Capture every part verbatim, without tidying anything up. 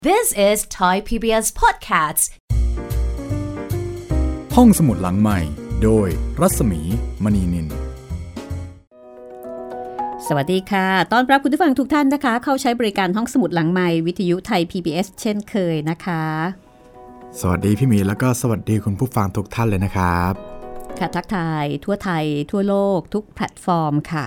This is Thai พี บี เอส Podcast ห้องสมุดหลังใหม่โดยรัศมีมณีนินสวัสดีค่ะต้อนรับคุณผู้ฟังทุกท่านนะคะเข้าใช้บริการห้องสมุดหลังใหม่วิทยุไทย พี บี เอส เช่นเคยนะคะสวัสดีพี่มีแล้วก็สวัสดีคุณผู้ฟังทุกท่านเลยนะครับค่ะทักทายทั่วไทยทั่วโลกทุกแพลตฟอร์มค่ะ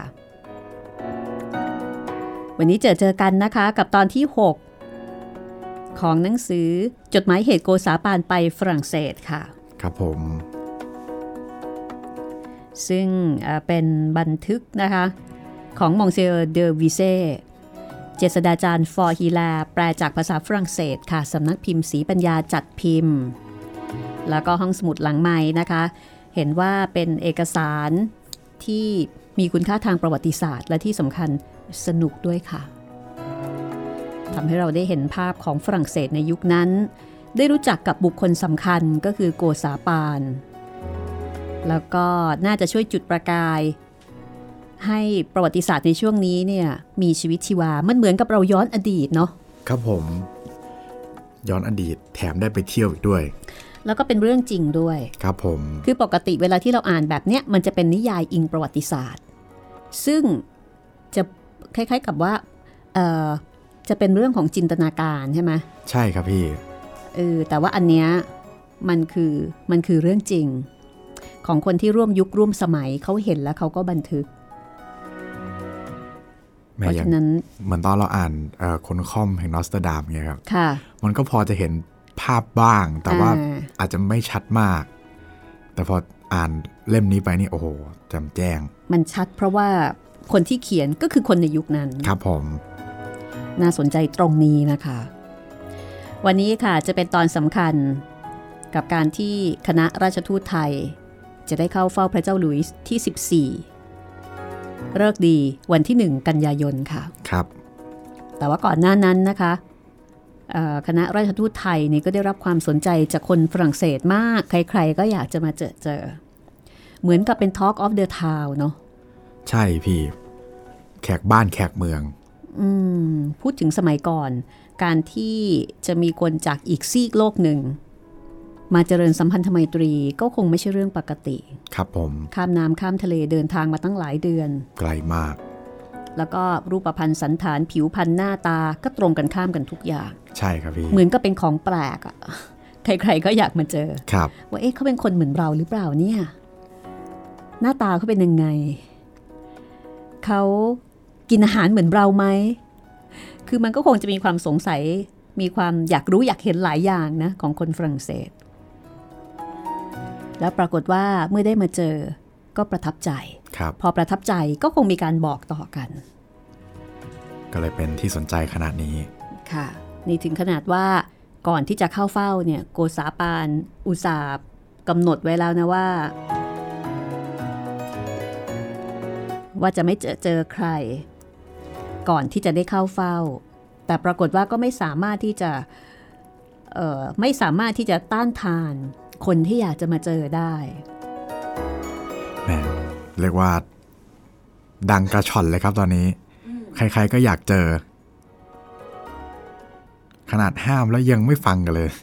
วันนี้เจอเจอกันนะคะกับตอนที่หกของหนังสือจดหมายเหตุโกษาปานไปฝรั่งเศสค่ะครับผมซึ่งเป็นบันทึกนะคะของมองเซอร์เดอวิเซ่เจษฎาจารย์ฟอร์ฮีลาแปลจากภาษาฝรั่งเศสค่ะสำนักพิมพ์ศรีปัญญาจัดพิมพ์แล้วก็ห้องสมุดหลังไม้นะคะเห็นว่าเป็นเอกสารที่มีคุณค่าทางประวัติศาสตร์และที่สำคัญสนุกด้วยค่ะทำให้เราได้เห็นภาพของฝรั่งเศสในยุคนั้นได้รู้จักกับบุคคลสำคัญก็คือโกษาปานแล้วก็น่าจะช่วยจุดประกายให้ประวัติศาสตร์ในช่วงนี้เนี่ยมีชีวิตชีวามันเหมือนกับเราย้อนอดีตเนาะครับผมย้อนอดีตแถมได้ไปเที่ยวอีกด้วยแล้วก็เป็นเรื่องจริงด้วยครับผมคือปกติเวลาที่เราอ่านแบบเนี้ยมันจะเป็นนิยายอิงประวัติศาสตร์ซึ่งจะคล้ายๆกับว่าเอ่อจะเป็นเรื่องของจินตนาการใช่ไหมใช่ครับพี่เออแต่ว่าอันเนี้ยมันคือมันคือเรื่องจริงของคนที่ร่วมยุคร่วมสมัยเขาเห็นแล้วเขาก็บันทึกเพราะฉะนั้นเหมือนตอนเราอ่านคนค่อมแห่งนอสตราดามเงี้ยครับค่ะมันก็พอจะเห็นภาพบ้างแต่ว่าอาจจะไม่ชัดมากแต่พออ่านเล่มนี้ไปนี่โอ้โหจำแจ้งมันชัดเพราะว่าคนที่เขียนก็คือคนในยุคนั้นครับผมน่าสนใจตรงนี้นะคะวันนี้ค่ะจะเป็นตอนสำคัญกับการที่คณะราชทูตไทยจะได้เข้าเฝ้าพระเจ้าหลุยส์ที่สิบสี่ฤกษ์ดีวันที่หนึ่งกันยายนค่ะครับแต่ว่าก่อนหน้านั้นนะคะคณะราชทูตไทยนี่ก็ได้รับความสนใจจากคนฝรั่งเศสมากใครๆก็อยากจะมาเจอเจอเหมือนกับเป็น Talk of the Town เนาะใช่พี่แขกบ้านแขกเมืองอืมพูดถึงสมัยก่อนการที่จะมีคนจากอีกซีกโลกหนึ่งมาเจริญสัมพันธไมตรีก็คงไม่ใช่เรื่องปกติครับผมข้ามน้ำข้ามทะเลเดินทางมาตั้งหลายเดือนไกลมากแล้วก็รูปพรรณสันฐานผิวพรรณหน้าตาก็ตรงกันข้ามกันทุกอย่างใช่ครับพี่เหมือนกับเป็นของแปลกอ่ะใครๆก็อยากมาเจอครับว่าเอ๊ะเขาเป็นคนเหมือนเราหรือเปล่าเนี่ยหน้าตาเขาเป็นยังไงเขากินอาหารเหมือนเราไหมคือมันก็คงจะมีความสงสัยมีความอยากรู้อยากเห็นหลายอย่างนะของคนฝรั่งเศสแล้วปรากฏว่าเมื่อได้มาเจอก็ประทับใจพอประทับใจก็คงมีการบอกต่อกันก็เลยเป็นที่สนใจขนาดนี้ค่ะนี่ถึงขนาดว่าก่อนที่จะเข้าเฝ้าเนี่ยโกษาปานอุตส่าห์กำหนดไว้แล้วนะว่าว่าจะไม่เจอเจอใครก่อนที่จะได้เข้าเฝ้าแต่ปรากฏว่าก็ไม่สามารถที่จะเอ่อไม่สามารถที่จะต้านทานคนที่อยากจะมาเจอได้แหมเรียกว่าดังกระชอนเลยครับตอนนี้ใครๆก็อยากเจอขนาดห้ามแล้วยังไม่ฟังกันเลย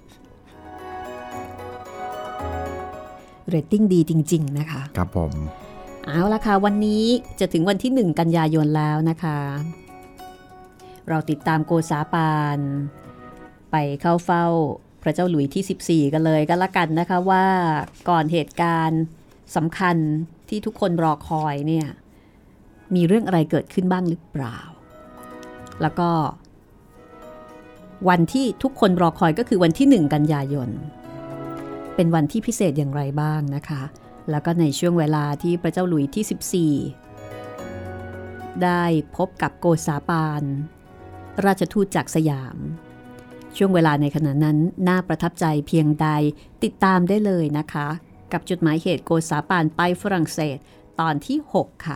เรตติ้งดีจริงๆนะคะครับผมเอาละค่ะวันนี้จะถึงวันที่หนึ่งกันยายนแล้วนะคะเราติดตามโกษาปานไปเข้าเฝ้าพระเจ้าหลุยส์ที่สิบสี่กันเลยก็แล้วกันนะคะว่าก่อนเหตุการณ์สำคัญที่ทุกคนรอคอยเนี่ยมีเรื่องอะไรเกิดขึ้นบ้างหรือเปล่าแล้วก็วันที่ทุกคนรอคอยก็คือวันที่หนึ่งกันยายนเป็นวันที่พิเศษอย่างไรบ้างนะคะแล้วก็ในช่วงเวลาที่พระเจ้าหลุยส์ที่สิบสี่ได้พบกับโกษาปานราชทูตจากสยามช่วงเวลาในขณะนั้นน่าประทับใจเพียงใดติดตามได้เลยนะคะกับจดหมายเหตุโกษาปานไปฝรั่งเศสตอนที่หกค่ะ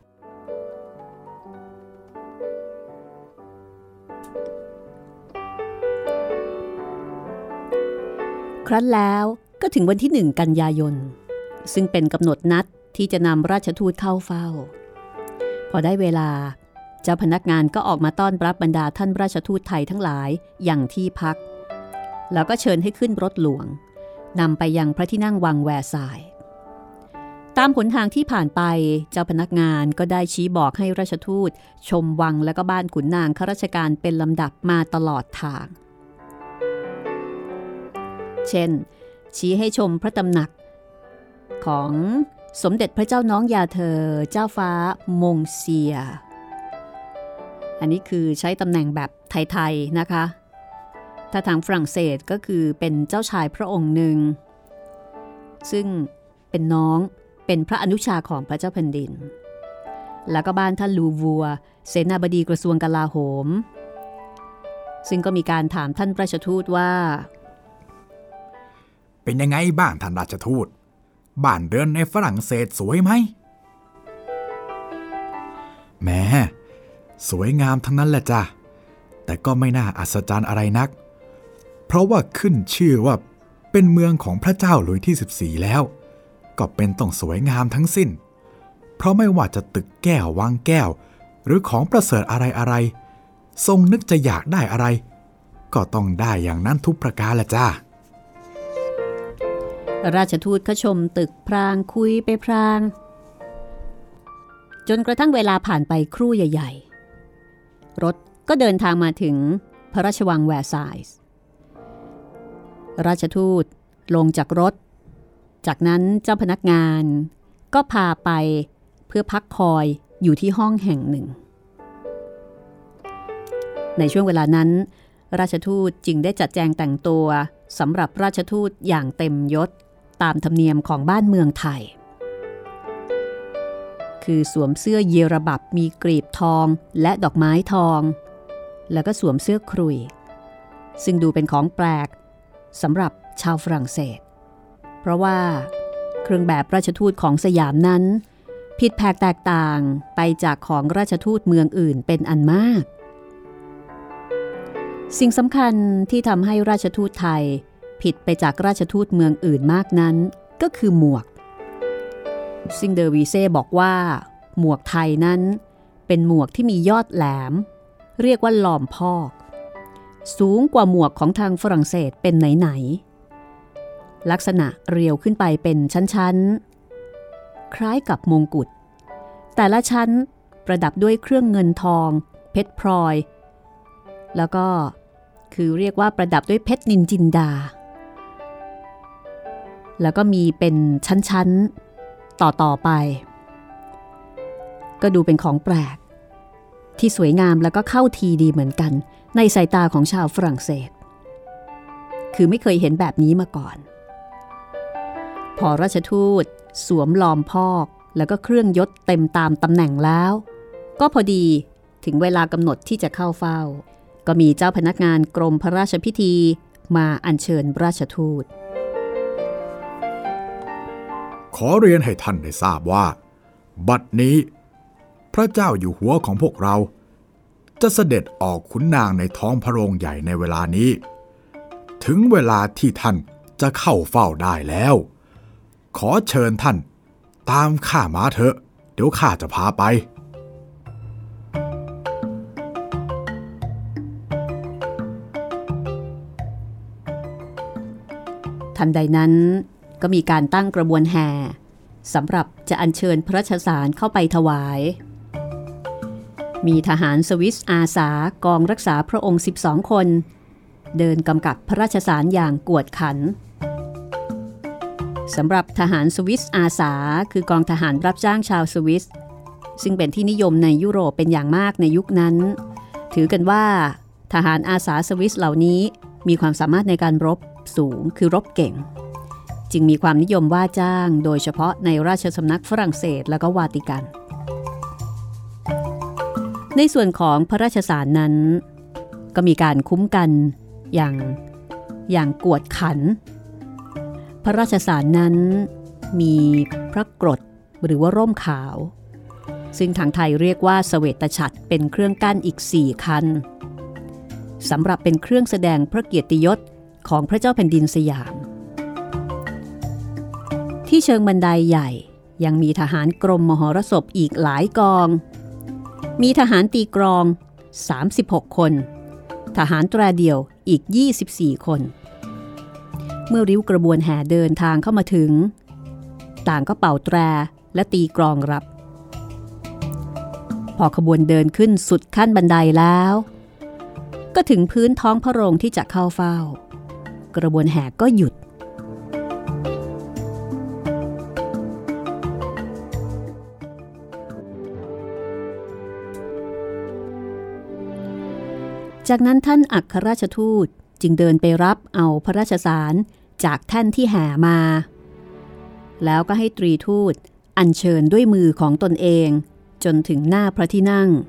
ครั้นแล้วก็ถึงวันที่หนึ่งกันยายนซึ่งเป็นกำหนดนัดที่จะนำราชทูตเข้าเฝ้าพอได้เวลาเจ้าพนักงานก็ออกมาต้อนรับบรรดาท่านราชทูตไทยทั้งหลายอย่างที่พักแล้วก็เชิญให้ขึ้นรถหลวงนำไปยังพระที่นั่งวังแวร์ซายน์ตามหนทางที่ผ่านไปเจ้าพนักงานก็ได้ชี้บอกให้ราชทูตชมวังและก็บ้านขุนนางข้าราชการเป็นลำดับมาตลอดทางเช่นชี้ให้ชมพระตำหนักของสมเด็จพระเจ้าน้องยาเธอเจ้าฟ้ามงเซียอันนี้คือใช้ตำแหน่งแบบไทยๆนะคะถ้าทางฝรั่งเศสก็คือเป็นเจ้าชายพระองค์หนึ่งซึ่งเป็นน้องเป็นพระอนุชาของพระเจ้าแผ่นดินแล้วก็บ้านท่านลูวัวเสนาบดีกระทรวงกลาโหมซึ่งก็มีการถามท่านราชทูตว่าเป็นยังไงบ้างท่านราชทูตบ้านเรือนในฝรั่งเศสสวยไหมแม้สวยงามทั้งนั้นแหละจ้ะแต่ก็ไม่น่าอัศจรรย์อะไรนักเพราะว่าขึ้นชื่อว่าเป็นเมืองของพระเจ้าหลุยส์ที่สิบสี่แล้วก็เป็นต้องสวยงามทั้งสิ้นเพราะไม่ว่าจะตึกแก้ววังแก้วหรือของประเสริฐอะไรๆทรงนึกจะอยากได้อะไรก็ต้องได้อย่างนั้นทุกประการละจ้าราชทูตก็ชมตึกพรางคุยไปพรางจนกระทั่งเวลาผ่านไปครู่ใหญ่ๆรถก็เดินทางมาถึงพระราชวังแวร์ซายน์ราชทูตลงจากรถจากนั้นเจ้าพนักงานก็พาไปเพื่อพักคอยอยู่ที่ห้องแห่งหนึ่งในช่วงเวลานั้นราชทูตจึงได้จัดแจงแต่งตัวสำหรับราชทูตอย่างเต็มยศตามธรรมเนียมของบ้านเมืองไทยคือสวมเสื้อเยระบับมีกลีบทองและดอกไม้ทองแล้วก็สวมเสื้อครุยซึ่งดูเป็นของแปลกสำหรับชาวฝรั่งเศสเพราะว่าเครื่องแบบราชทูตของสยามนั้นผิดแผกแตกต่างไปจากของราชทูตเมืองอื่นเป็นอันมากสิ่งสำคัญที่ทำให้ราชทูตไทยผิดไปจากราชทูตเมืองอื่นมากนั้นก็คือหมวกซึ่งเดอวีเซ่บอกว่าหมวกไทยนั้นเป็นหมวกที่มียอดแหลมเรียกว่าหลอมพอกสูงกว่าหมวกของทางฝรั่งเศสเป็นไหนๆลักษณะเรียวขึ้นไปเป็นชั้นๆคล้ายกับมงกุฎแต่ละชั้นประดับด้วยเครื่องเงินทองเพชรพลอยแล้วก็คือเรียกว่าประดับด้วยเพชรนินจินดาแล้วก็มีเป็นชั้นๆต่อๆไปก็ดูเป็นของแปลกที่สวยงามแล้วก็เข้าทีดีเหมือนกันในสายตาของชาวฝรั่งเศสคือไม่เคยเห็นแบบนี้มาก่อนพอราชทูตสวมลอมพอกแล้วก็เครื่องยศเต็มตามตำแหน่งแล้วก็พอดีถึงเวลากำหนดที่จะเข้าเฝ้าก็มีเจ้าพนักงานกรมพระราชพิธีมาอัญเชิญราชทูตขอเรียนให้ท่านได้ทราบว่าบัดนี้พระเจ้าอยู่หัวของพวกเราจะเสด็จออกขุนนางในท้องพระโรงใหญ่ในเวลานี้ถึงเวลาที่ท่านจะเข้าเฝ้าได้แล้วขอเชิญท่านตามข้ามาเถอะเดี๋ยวข้าจะพาไปทันใดนั้นก็มีการตั้งกระบวนแห่สำหรับจะอัญเชิญพระราชสารเข้าไปถวายมีทหารสวิสอาสากองรักษาพระองค์สิบสองคนเดินกำกับพระราชสารอย่างกวดขันสำหรับทหารสวิสอาสาคือกองทหารรับจ้างชาวสวิสซึ่งเป็นที่นิยมในยุโรปเป็นอย่างมากในยุคนั้นถือกันว่าทหารอาสาสวิสเหล่านี้มีความสามารถในการรบสูงคือรบเก่งจึงมีความนิยมว่าจ้างโดยเฉพาะในราชสำนักฝรั่งเศสและก็วาติกันในส่วนของพระราชสารนั้นก็มีการคุ้มกันอย่างอย่างกวดขันพระราชสารนั้นมีพระกรดหรือว่าร่มขาวซึ่งทางไทยเรียกว่าเสวตฉัตรเป็นเครื่องกั้นอีกสี่คันสำหรับเป็นเครื่องแสดงพระเกียรติยศของพระเจ้าแผ่นดินสยามที่เชิงบันไดใหญ่ยังมีทหารกรมมหรสพอีกหลายกองมีทหารตีกรองสามสิบหกคนทหารตราเดี่ยวอีกยี่สิบสี่คนเมื่อริ้วกระบวนแห่เดินทางเข้ามาถึงต่างก็เป่าแตรและตีกรองรับพอขบวนเดินขึ้นสุดขั้นบันไดแล้วก็ถึงพื้นท้องพระโรงที่จะเข้าเฝ้ากระบวนแห่ก็หยุดจากนั้นท่านอัครราชทูตจึงเดินไปรับเอาพระราชสารจากแท่นที่แห่มาแล้วก็ให้ตรีทูตอัญเชิญด้วยมือของตนเองจนถึงหน้าพระที่นั่ง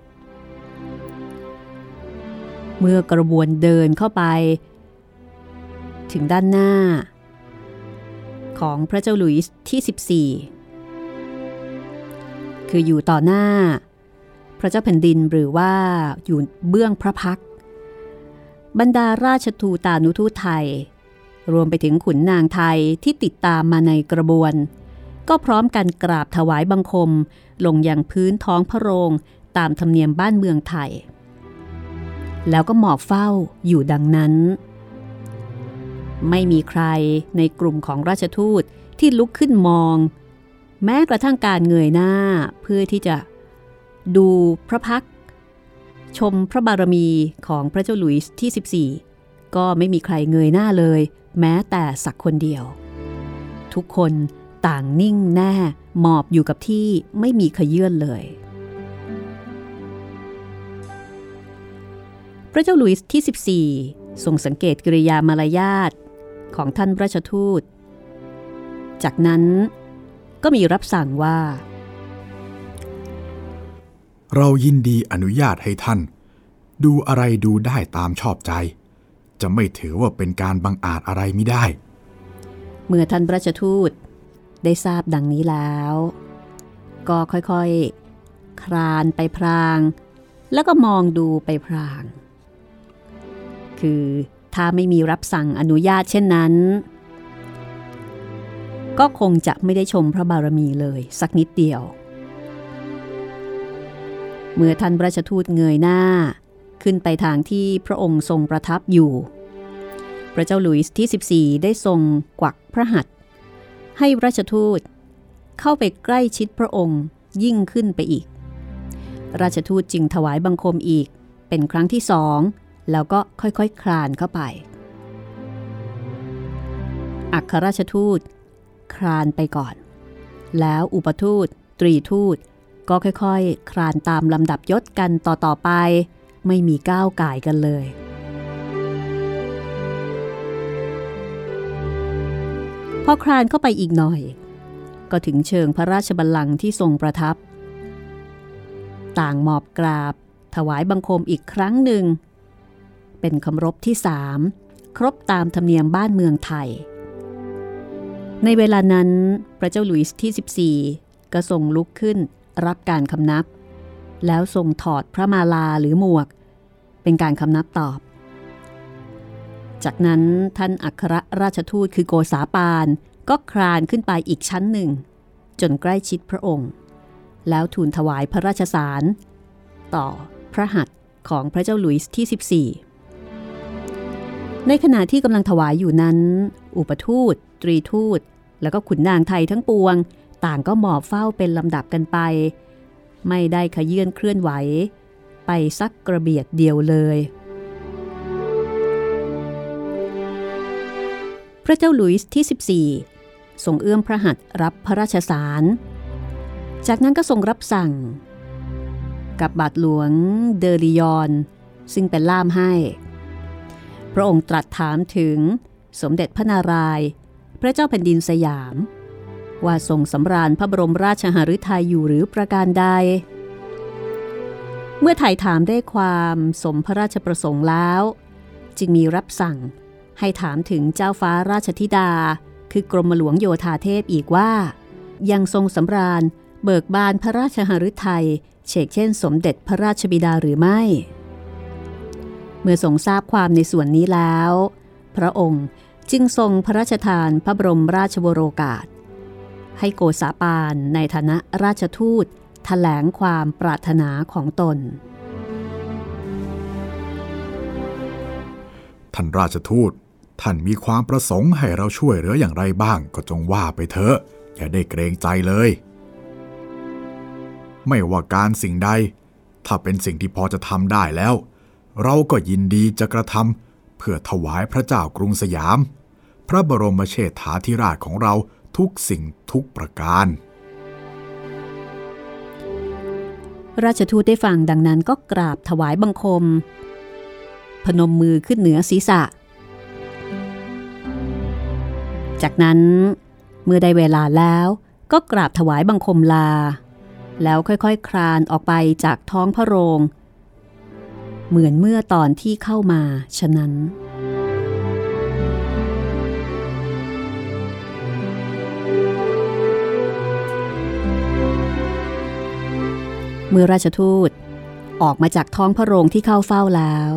เมื่อกระบวนเดินเข้าไปถึงด้านหน้าของพระเจ้าหลุยส์ที่สิบสี่คืออยู่ต่อหน้าพระเจ้าแผ่นดินหรือว่าอยู่เบื้องพระพักตร์บรรดาราชทูตานุทูตไทยรวมไปถึงขุนนางไทยที่ติดตามมาในกระบวนก็พร้อมกันกราบถวายบังคมลงยังพื้นท้องพระโรงตามธรรมเนียมบ้านเมืองไทยแล้วก็หมอบเฝ้าอยู่ดังนั้นไม่มีใครในกลุ่มของราชทูตที่ลุกขึ้นมองแม้กระทั่งการเงยหน้าเพื่อที่จะดูพระพักตร์ชมพระบารมีของพระเจ้าหลุยส์ที่สิบสี่ก็ไม่มีใครเงยหน้าเลยแม้แต่สักคนเดียวทุกคนต่างนิ่งแน่หมอบอยู่กับที่ไม่มีขยื่นเลยพระเจ้าหลุยส์ที่สิบสี่ทรงสังเกตกิริยามารยาทของท่านราชทูตจากนั้นก็มีรับสั่งว่าเรายินดีอนุญาตให้ท่านดูอะไรดูได้ตามชอบใจจะไม่ถือว่าเป็นการบังอาจอะไรมิได้เมื่อท่านราชทูตได้ทราบดังนี้แล้วก็ค่อยๆคลานไปพรางแล้วก็มองดูไปพรางคือถ้าไม่มีรับสั่งอนุญาตเช่นนั้นก็คงจะไม่ได้ชมพระบารมีเลยสักนิดเดียวเมื่อท่านราชทูตเงยหน้าขึ้นไปทางที่พระองค์ทรงประทับอยู่พระเจ้าหลุยส์ที่สิบสี่ได้ทรงกวักพระหัตถ์ให้ราชทูตเข้าไปใกล้ชิดพระองค์ยิ่งขึ้นไปอีกราชทูตจึงถวายบังคมอีกเป็นครั้งที่สองแล้วก็ค่อยๆ ค, คลานเข้าไปอัครราชทูตคลานไปก่อนแล้วอุปทูตตรีทูตก็ค่อยๆ ค, คลานตามลำดับยศกันต่อๆไปไม่มีก้าวก่ายกันเลยพอคลานเข้าไปอีกหน่อยก็ถึงเชิงพระราชบัลลังก์ที่ทรงประทับต่างหมอบกราบถวายบังคมอีกครั้งหนึ่งเป็นคำรบที่สามครบตามธรรมเนียมบ้านเมืองไทยในเวลานั้นพระเจ้าหลุยส์ที่สิบสี่ก็ทรงลุกขึ้นรับการคำนับแล้วทรงถอดพระมาลาหรือหมวกเป็นการคำนับตอบจากนั้นท่านอัครราชทูตคือโกษาปานก็คลานขึ้นไปอีกชั้นหนึ่งจนใกล้ชิดพระองค์แล้วทูลถวายพระราชสารต่อพระหัตถ์ของพระเจ้าหลุยส์ที่สิบสี่ในขณะที่กำลังถวายอยู่นั้นอุปทูตตรีทูตแล้วก็ขุนนางไทยทั้งปวงต่างก็หมอบเฝ้าเป็นลำดับกันไปไม่ได้ขยื่นเคลื่อนไหวไปสักกระเบียดเดียวเลยพระเจ้าหลุยส์ที่สิบสี่ทรงเอื้อมพระหัตถ์รับพระราชสารจากนั้นก็ทรงรับสั่งกับบาทหลวงเดอริยอนซึ่งเป็นล่ามให้พระองค์ตรัสถามถึงสมเด็จพระนารายณ์พระเจ้าแผ่นดินสยามว่าทรงสำราญพระบรมราชหฤทัยอยู่หรือประการใดเมื่อไถ่ถามได้ความสมพระราชประสงค์แล้วจึงมีรับสั่งให้ถามถึงเจ้าฟ้าราชธิดาคือกรมหลวงโยธาเทพอีกว่ายังทรงสำราญเบิกบานพระราชหฤทัยเฉกเช่นสมเด็จพระราชบิดาหรือไม่เมื่อทรงทราบความในส่วนนี้แล้วพระองค์จึงทรงพระราชทานพระบรมราชวโรกาสให้โกษาปานในฐานะราชทูตแถลงความปรารถนาของตนท่านราชทูตท่านมีความประสงค์ให้เราช่วยเหลืออย่างไรบ้างก็จงว่าไปเถอะอย่าได้เกรงใจเลยไม่ว่าการสิ่งใดถ้าเป็นสิ่งที่พอจะทำได้แล้วเราก็ยินดีจะกระทำเพื่อถวายพระเจ้ากรุงสยามพระบรมเชษฐาธิราชของเราทุกสิ่งทุกประการราชทูตได้ฟังดังนั้นก็กราบถวายบังคมพนมมือขึ้นเหนือศีรษะจากนั้นเมื่อได้เวลาแล้วก็กราบถวายบังคมลาแล้วค่อยๆคลานออกไปจากท้องพระโรงเหมือนเมื่อตอนที่เข้ามาฉะนั้นเมื่อราชทูตออกมาจากท้องพระโรงที่เข้าเฝ้าแล้ว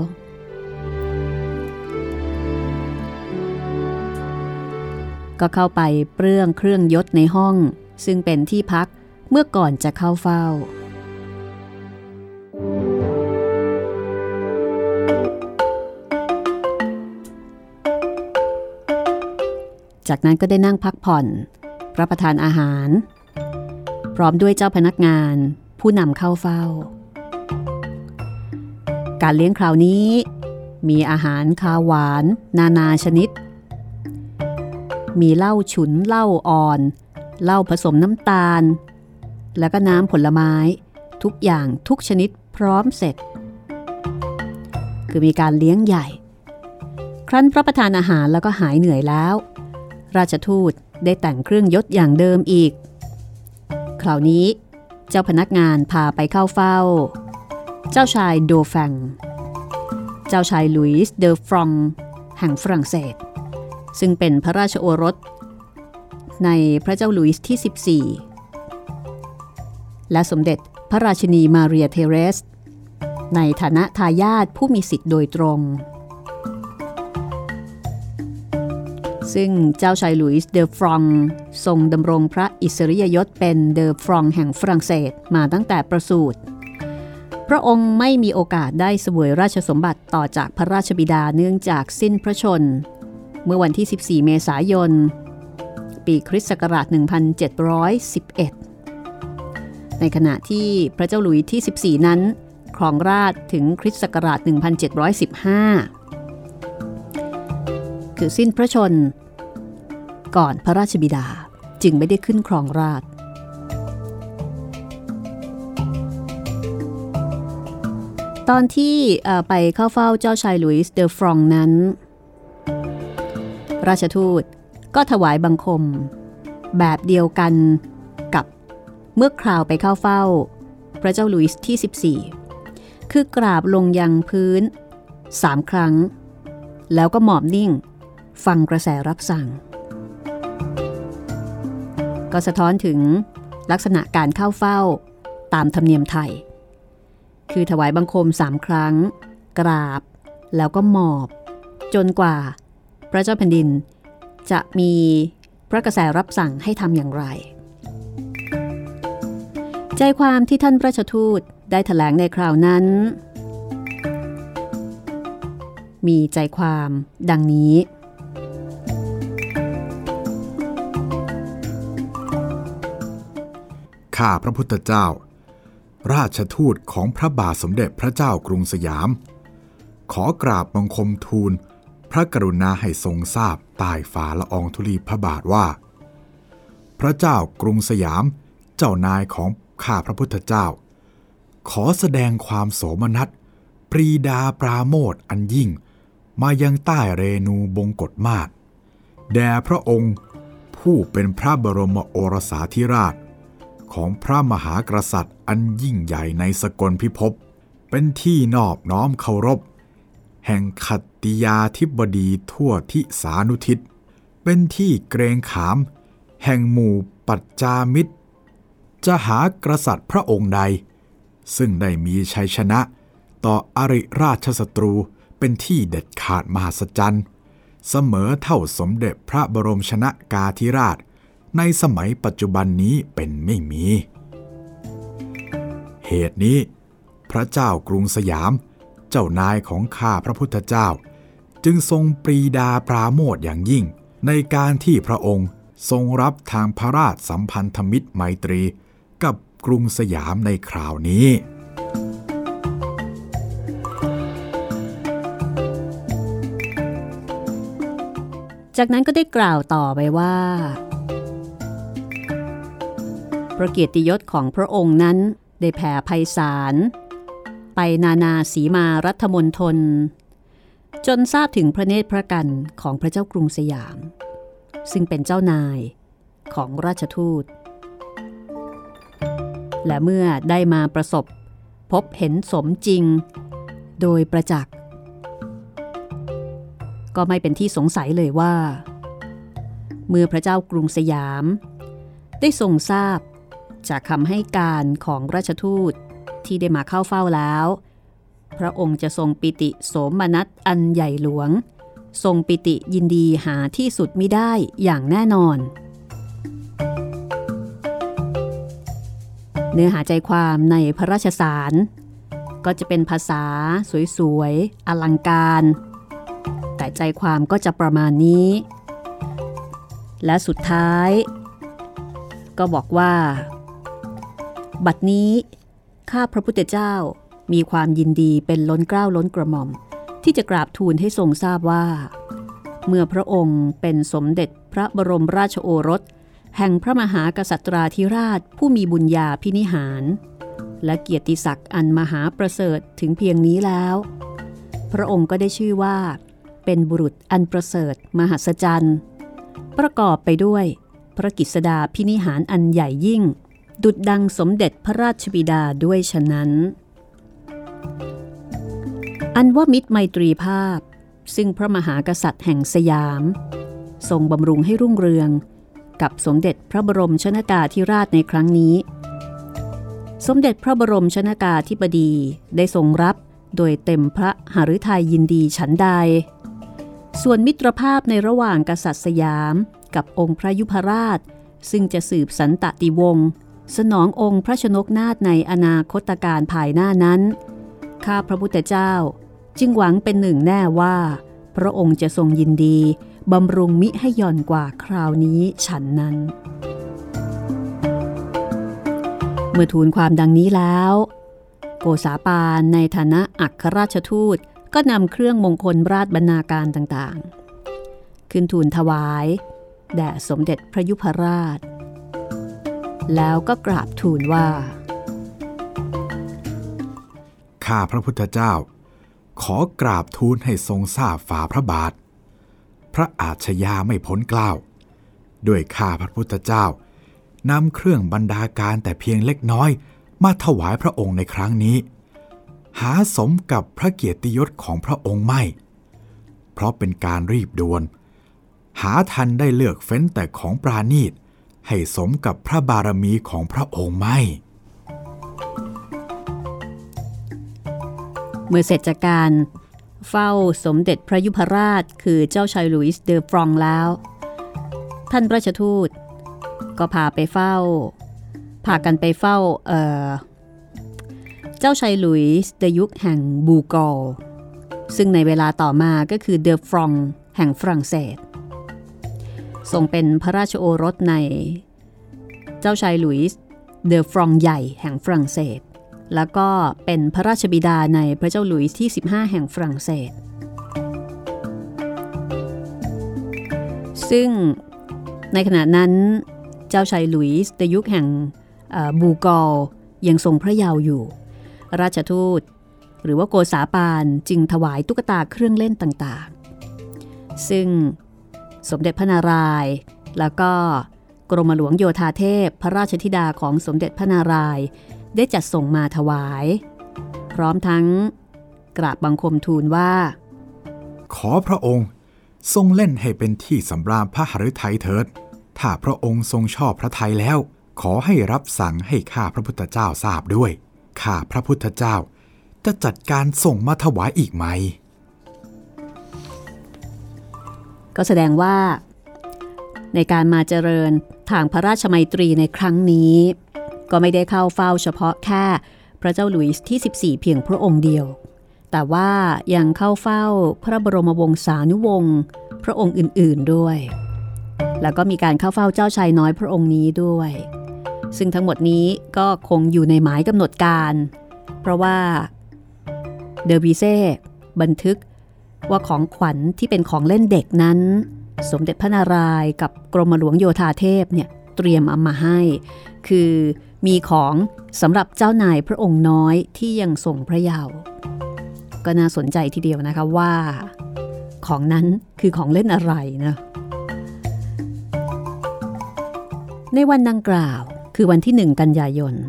ก็เข้าไปเปลื้องเครื่องยศในห้องซึ่งเป็นที่พักเมื่อก่อนจะเข้าเฝ้าจากนั้นก็ได้นั่งพักผ่อนรับประทานอาหารพร้อมด้วยเจ้าพนักงานผู้นำเข้าเฝ้าการเลี้ยงคราวนี้มีอาหารคาวหวานนานาชนิดมีเหล้าฉุนเหล้าอ่อนเหล้าผสมน้ำตาลแล้วก็น้ำผลไม้ทุกอย่างทุกชนิดพร้อมเสร็จคือมีการเลี้ยงใหญ่ครั้นรับประทานอาหารแล้วก็หายเหนื่อยแล้วราชทูตได้แต่งเครื่องยศอย่างเดิมอีกคราวนี้เจ้าพนักงานพาไปเข้าเฝ้าเจ้าชายโดแฟงเจ้าชายลุยส์เดอฟรองแห่งฝรั่งเศสซึ่งเป็นพระราชโอรสในพระเจ้าลุยส์ที่สิบสี่และสมเด็จพระราชินีมาเรียเทเรสในฐานะทายาทผู้มีสิทธิ์โดยตรงซึ่งเจ้าชายลุยส์เดอฟรองทรงดำรงพระอิสริยยศเป็นเดอฟรองแห่งฝรั่งเศสมาตั้งแต่ประสูติพระองค์ไม่มีโอกาสได้เสวยราชสมบัติต่อจากพระราชบิดาเนื่องจากสิ้นพระชนม์เมื่อวันที่สิบสี่เมษายนปีคริสต์ศักราชหนึ่งพันเจ็ดร้อยสิบเอ็ดในขณะที่พระเจ้าหลุยส์ที่สิบสี่นั้นครองราชย์ถึงคริสต์ศักราชหนึ่งพันเจ็ดร้อยสิบห้าคือสิ้นพระชนม์ก่อนพระราชบิดาจึงไม่ได้ขึ้นครองราชย์ตอนที่ไปเข้าเฝ้าเจ้าชายลุยส์เดอฟรองนั้นราชทูตก็ถวายบังคมแบบเดียวกันกับเมื่อคราวไปเข้าเฝ้าพระเจ้าลุยส์ที่สิบสี่คือกราบลงยังพื้นสามครั้งแล้วก็หมอบนิ่งฟังกระแสรับสั่งก็สะท้อนถึงลักษณะการเข้าเฝ้าตามธรรมเนียมไทยคือถวายบังคมสามครั้งกราบแล้วก็หมอบจนกว่าพระเจ้าแผ่นดินจะมีพระกระแสรับสั่งให้ทำอย่างไรใจความที่ท่านราชทูตได้แถลงในคราวนั้นมีใจความดังนี้ข้าพระพุทธเจ้าราชทูตของพระบาทสมเด็จพระเจ้ากรุงสยามขอกราบบังคมทูลพระกรุณาให้ทรงทราบใต้ฝ่าละอองธุลีพระบาทว่าพระเจ้ากรุงสยามเจ้านายของข้าพระพุทธเจ้าขอแสดงความโสมนัสปรีดาปราโมทย์อันยิ่งมายังใต้เรนูบงกฎมาศแด่พระองค์ผู้เป็นพระบรมโอรสาธิราชของพระมหากษัตริย์อันยิ่งใหญ่ในสกลพิภพเป็นที่นอบน้อมเคารพแห่งขัตติยาธิบดีทั่วทิศานุทิศเป็นที่เกรงขามแห่งหมู่ปัจจามิตรจะหากษัตริย์พระองค์ใดซึ่งได้มีชัยชนะต่ออริราชศัตรูเป็นที่เด็ดขาดมหัศจรรย์เสมอเท่าสมเด็จพระบรมชนกาธิราชในสมัยปัจจุบันนี้เป็นไม่มีเหตุนี้พระเจ้ากรุงสยามเจ้านายของข้าพระพุทธเจ้าจึงทรงปรีดาปราโมทย์อย่างยิ่งในการที่พระองค์ทรงรับทางพระราชสัมพันธมิตรไมตรีกับกรุงสยามในคราวนี้จากนั้นก็ได้กล่าวต่อไปว่าพระเกียรติยศของพระองค์นั้นได้แผ่ไพศาลไปนานาสีมารัฐมณฑลจนทราบถึงพระเนตรพระกันของพระเจ้ากรุงสยามซึ่งเป็นเจ้านายของราชทูตและเมื่อได้มาประสบพบเห็นสมจริงโดยประจักษ์ก็ไม่เป็นที่สงสัยเลยว่าเมื่อพระเจ้ากรุงสยามได้ทรงทราบจากคำให้การของราชทูตที่ได้มาเข้าเฝ้าแล้วพระองค์จะทรงปิติโสมนัสอันใหญ่หลวงทรงปิติยินดีหาที่สุดมิได้อย่างแน่นอนเนื้อหาใจความในพระราชสารก็จะเป็นภาษาสวยๆอลังการแต่ใจความก็จะประมาณนี้และสุดท้ายก็บอกว่าบัดนี้ข้าพระพุทธเจ้ามีความยินดีเป็นล้นเกล้าล้นกระหม่อมที่จะกราบทูลให้ทรงทราบว่าเมื่อพระองค์เป็นสมเด็จพระบรมราชโอรสแห่งพระมหากษัตราธิราชผู้มีบุญญาภินิหารและเกียรติศักดิ์อันมหาประเสริฐถึงเพียงนี้แล้วพระองค์ก็ได้ชื่อว่าเป็นบุรุษอันประเสริฐมหัศจรรย์ประกอบไปด้วยพระกิสดาภินิหารอันใหญ่ยิ่งดุจดังสมเด็จพระราชบิดาด้วยฉะนั้นอันว่ามิตรไมตรีภาพซึ่งพระมหากษัตริย์แห่งสยามทรงบำรุงให้รุ่งเรืองกับสมเด็จพระบรมชนกาธิราชในครั้งนี้สมเด็จพระบรมชนกาธิบดีได้ทรงรับโดยเต็มพระหฤทัยยินดีฉันใดส่วนมิตรภาพในระหว่างกษัตริย์สยามกับองค์พระยุพราชซึ่งจะสืบสันตติวงศ์สนององค์พระชนกนาถในอนาคตการภายหน้านั้นข้าพระพุทธเจ้าจึงหวังเป็นหนึ่งแน่ว่าพระองค์จะทรงยินดีบำรุงมิให้หย่อนกว่าคราวนี้ฉันนั้นเมื่อทูลความดังนี้แล้วโกษาปานในฐานะอัครราชทูตก็นำเครื่องมงคลราชบรรณาการต่างๆขึ้นทูลถวายแด่สมเด็จพระยุพราชแล้วก็กราบทูลว่าข้าพระพุทธเจ้าขอกราบทูลให้ทรงทราบฝ่าพระบาทพระอาชญาไม่พ้นเกล้าด้วยข้าพระพุทธเจ้านำเครื่องบรรณาการแต่เพียงเล็กน้อยมาถวายพระองค์ในครั้งนี้หาสมกับพระเกียรติยศของพระองค์ไม่เพราะเป็นการรีบด่วนหาทันได้เลือกเฟ้นแต่ของปราณีตให้สมกับพระบารมีของพระองค์ไม่เมื่อเสร็จจากการเฝ้าสมเด็จพระยุพราชคือเจ้าชายหลุยส์เดอฟรองแล้วท่านราชทูตก็พาไปเฝ้าพากันไปเฝ้าเอ่อเจ้าชายหลุยส์ในยุคแห่งบูกอลซึ่งในเวลาต่อมาก็คือเดอฟรองแห่งฝรั่งเศสทรงเป็นพระราชโอรสในเจ้าชายหลุยส์เดอฟรองใหญ่แห่งฝรั่งเศสแล้วก็เป็นพระราชบิดาในพระเจ้าหลุยส์ที่สิบห้าแห่งฝรั่งเศสซึ่งในขณะนั้นเจ้าชายหลุยส์ในยุคแห่งบูกอลยังทรงพระเยาว์อยู่ราชทูตหรือว่าโกษาปานจึงถวายตุ๊กตาเครื่องเล่นต่างๆซึ่งสมเด็จพระนารายณ์แล้วก็กรมหลวงโยธาเทพพระราชธิดาของสมเด็จพระนารายณ์ได้จัดส่งมาถวายพร้อมทั้งกราบบังคมทูลว่าขอพระองค์ทรงเล่นให้เป็นที่สำราญพระหฤทัยเถิดถ้าพระองค์ทรงชอบพระทัยแล้วขอให้รับสั่งให้ข้าพระพุทธเจ้าทราบด้วยข้าพระพุทธเจ้าจะจัดการส่งมาถวายอีกไหมก็แสดงว่าในการมาเจริญทางพระราชมัยตรีในครั้งนี้ก็ไม่ได้เข้าเฝ้าเฉพาะแค่พระเจ้าหลุยส์ที่สิบสี่เพียงพระองค์เดียวแต่ว่ายังเข้าเฝ้าพระบรมวงศานุวงศ์พระองค์อื่นๆด้วยแล้วก็มีการเข้าเฝ้าเจ้าชายน้อยพระองค์นี้ด้วยซึ่งทั้งหมดนี้ก็คงอยู่ในหมายกำหนดการเพราะว่าเดอวีเซ่บันทึกว่าของขวัญที่เป็นของเล่นเด็กนั้นสมเด็จพระนารายณ์กับกรมหลวงโยธาเทพเนี่ยเตรียมเอามาให้คือมีของสำหรับเจ้านายพระองค์น้อยที่ยังทรงพระเยาว์ก็น่าสนใจทีเดียวนะคะว่าของนั้นคือของเล่นอะไรนะในวันดังกล่าวคือวันที่หนึ่งกันยายน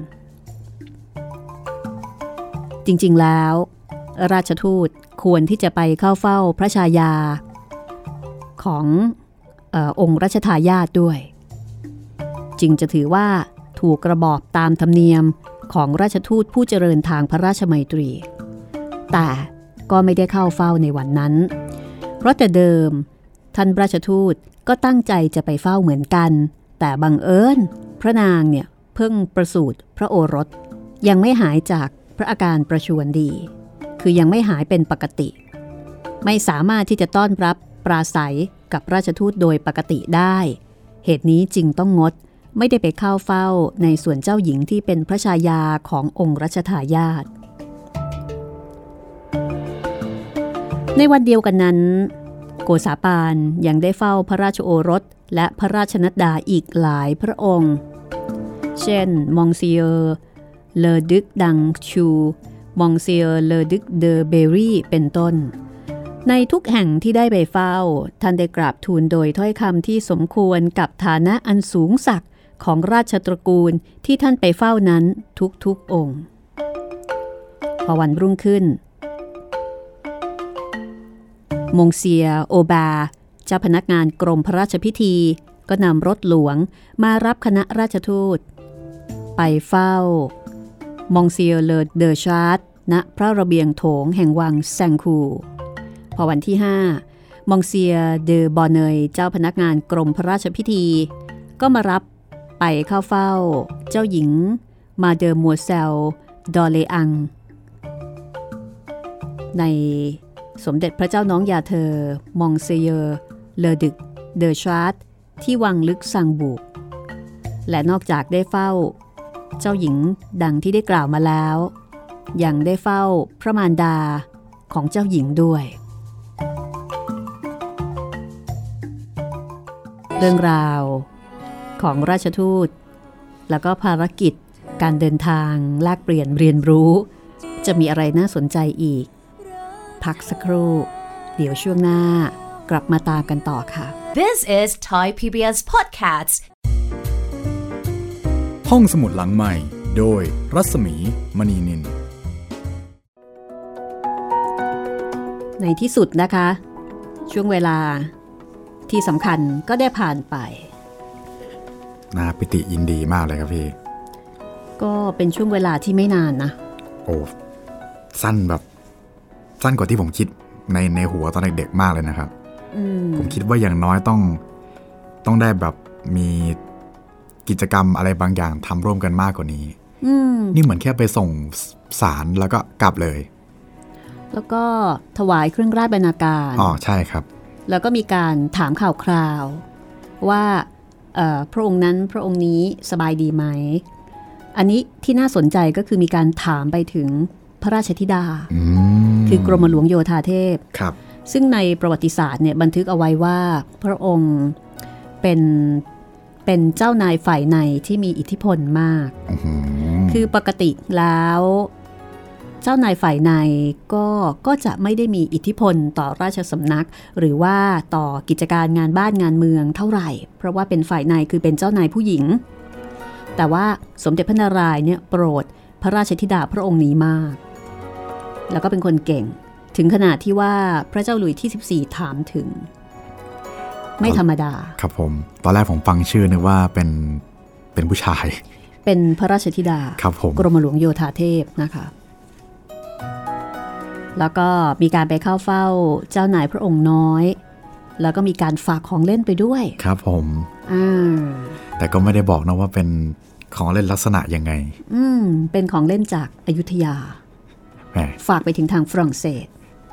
จริงๆแล้วราชทูตควรที่จะไปเข้าเฝ้าพระชายาของเอ่อองค์รัชทายาทด้วยจึงจะถือว่าถูกกระบอบตามธรรมเนียมของราชทูตผู้เจริญทางพระราชมัยตรีแต่ก็ไม่ได้เข้าเฝ้าในวันนั้นเพราะแต่เดิมท่านราชทูตก็ตั้งใจจะไปเฝ้าเหมือนกันแต่บังเอิญพระนางเนี่ยเพิ่งประสูติพระโอรสยังไม่หายจากพระอาการประชวรดีคือยังไม่หายเป็นปกติไม่สามารถที่จะต้อนรับปราศัยกับราชทูตโดยปกติได้เหตุนี้จึงต้องงดไม่ได้ไปเข้าเฝ้าในส่วนเจ้าหญิงที่เป็นพระชายาขององค์รัชทายาทในวันเดียวกันนั้นโกษาปานยังได้เฝ้าพระราชโอรสและพระราชนัดดาอีกหลายพระองค์เช่นมองซิเออร์เลอดึกดังชูมองซิเออร์เลอดึกเดอเบรี่เป็นต้นในทุกแห่งที่ได้ไปเฝ้าท่านได้กราบทูลโดยถ้อยคำที่สมควรกับฐานะอันสูงศักดิ์ของราชตระกูลที่ท่านไปเฝ้านั้นทุกๆองค์พอวันรุ่งขึ้นมงเซียโอบาเจ้าพนักงานกรมพระราชพิธีก็นำรถหลวงมารับคณะราชทูตไปเฝ้ามองเซียเลอเดอชาร์ดณพระระเบียงโถงแห่งวังแซงคูพอวันที่ห้ามองเซียเดอบอนเนยเจ้าพนักงานกรมพระราชพิธีก็มารับไปเข้าเฝ้าเจ้าหญิงมาเดอมัวเซลดอเลอังในสมเด็จพระเจ้าน้องยาเธอมองเซเยอร์เลอดึกเดอชาร์ดที่วังลึกซังบุกและนอกจากได้เฝ้าเจ้าหญิงดังที่ได้กล่าวมาแล้วยังได้เฝ้าพระมารดาของเจ้าหญิงด้วยเรื่องราวของราชทูตแล้วก็ภารกิจการเดินทางแลกเปลี่ยนเรียนรู้จะมีอะไรน่าสนใจอีกพักสักครู่เดี๋ยวช่วงหน้ากลับมาตามกันต่อค่ะ This is Thai พี บี เอส Podcast ห้องสมุดหลังใหม่โดยรัศมีมณีนินในที่สุดนะคะช่วงเวลาที่สำคัญก็ได้ผ่านไปน่าปิติยินดีมากเลยครับพี่ก็เป็นช่วงเวลาที่ไม่นานนะโอ้สั้นแบบสั้นกว่าที่ผมคิดในในหัวตอนเด็กๆมากเลยนะครับมผมคิดว่าอย่างน้อยต้องต้องได้แบบมีกิจกรรมอะไรบางอย่างทำร่วมกันมากกว่านี้นี่เหมือนแค่ไปส่งสารแล้วก็กลับเลยแล้วก็ถวายเครื่องราชบรรณาการอ๋อใช่ครับแล้วก็มีการถามข่าวคราวว่าพระองค์นั้นพระองค์นี้สบายดีไหมอันนี้ที่น่าสนใจก็คือมีการถามไปถึงพระราชธิดาคือกรมหลวงโยธาเทพครับซึ่งในประวัติศาสตร์เนี่ยบันทึกเอาไว้ว่าพระองค์เป็นเป็นเจ้านายฝ่ายในที่มีอิทธิพลมากคือปกติแล้วเจ้านายฝ่ายในก็ก็จะไม่ได้มีอิทธิพลต่อราชสำนักหรือว่าต่อกิจการงานบ้านงานเมืองเท่าไหร่เพราะว่าเป็นฝ่ายในคือเป็นเจ้านายผู้หญิงแต่ว่าสมเด็จพระนารายณ์เนี่ยโปรดพระราชธิดาพระองค์นี้มากแล้วก็เป็นคนเก่งถึงขนาดที่ว่าพระเจ้าหลุยส์ที่สิบสี่ถามถึงไม่ธรรมดาครับผมตอนแรกผมฟังชื่อนึกว่าเป็นเป็นผู้ชายเป็นพระราชธิดาครับผมกรมหลวงโยธาเทพนะคะแล้วก็มีการไปเข้าเฝ้าเจ้านายพระองค์น้อยแล้วก็มีการฝากของเล่นไปด้วยครับผมอ่าแต่ก็ไม่ได้บอกนะว่าเป็นของเล่นลักษณะยังไงอืมเป็นของเล่นจากอยุธยาฝากไปถึงทางฝรั่งเศส